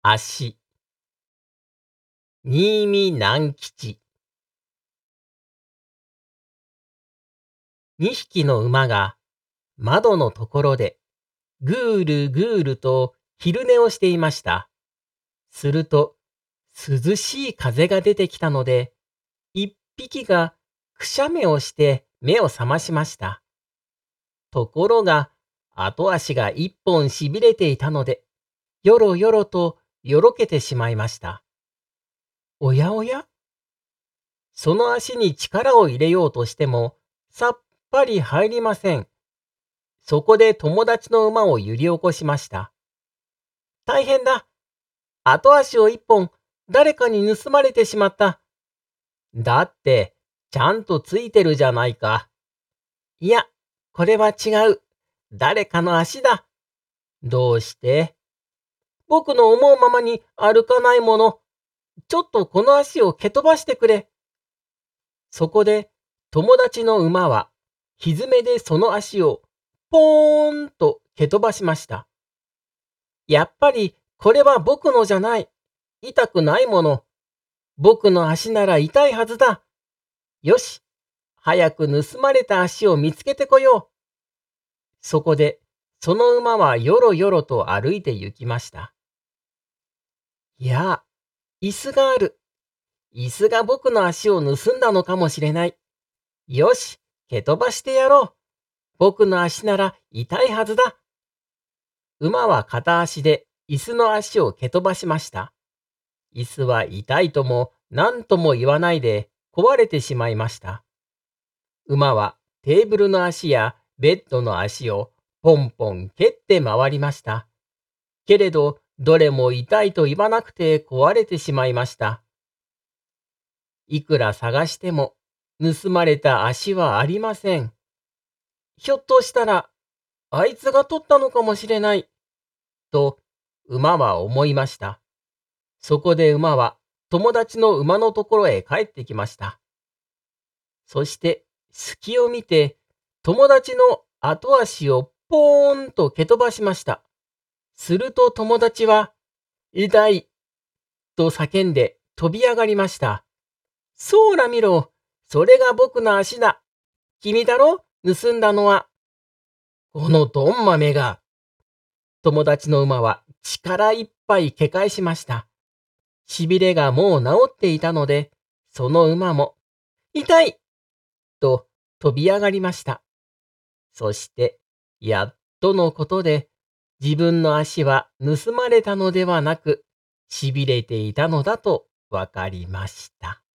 足、新見南吉。2匹の馬が窓のところでぐーるぐーると昼寝をしていました。すると涼しい風が出てきたので、1匹がくしゃみをして目を覚ましました。ところが後足が1本しびれていたので、よろよろとよろけてしまいました。おやおや、その足に力を入れようとしても、さっぱり入りません。そこで友達の馬を揺り起こしました。大変だ。後足を一本誰かに盗まれてしまった。だって、ちゃんとついてるじゃないか。いや、これは違う。誰かの足だ。どうして？僕の思うままに歩かないもの。ちょっとこの足を蹴飛ばしてくれ。そこで友達の馬は蹄でその足をポーンと蹴飛ばしました。やっぱりこれは僕のじゃない。痛くないもの。僕の足なら痛いはずだ。よし、早く盗まれた足を見つけてこよう。そこでその馬はよろよろと歩いて行きました。いや、椅子がある。椅子が僕の足を盗んだのかもしれない。よし、蹴飛ばしてやろう。僕の足なら痛いはずだ。馬は片足で椅子の足を蹴飛ばしました。椅子は痛いとも何とも言わないで壊れてしまいました。馬はテーブルの足やベッドの足をポンポン蹴って回りました。けれど、どれも痛いと言わなくて壊れてしまいました。いくら探しても盗まれた足はありません。ひょっとしたら、あいつが取ったのかもしれない、と馬は思いました。そこで馬は友達の馬のところへ帰ってきました。そして隙を見て友達の後足をポーンと蹴飛ばしました。すると友達は、痛いと叫んで飛び上がりました。そうら見ろ、それが僕の足だ。君だろ、盗んだのは。このどんまめが。友達の馬は力いっぱい蹴返しました。しびれがもう治っていたので、その馬も、痛いと飛び上がりました。そして、やっとのことで、自分の足は盗まれたのではなく、しびれていたのだとわかりました。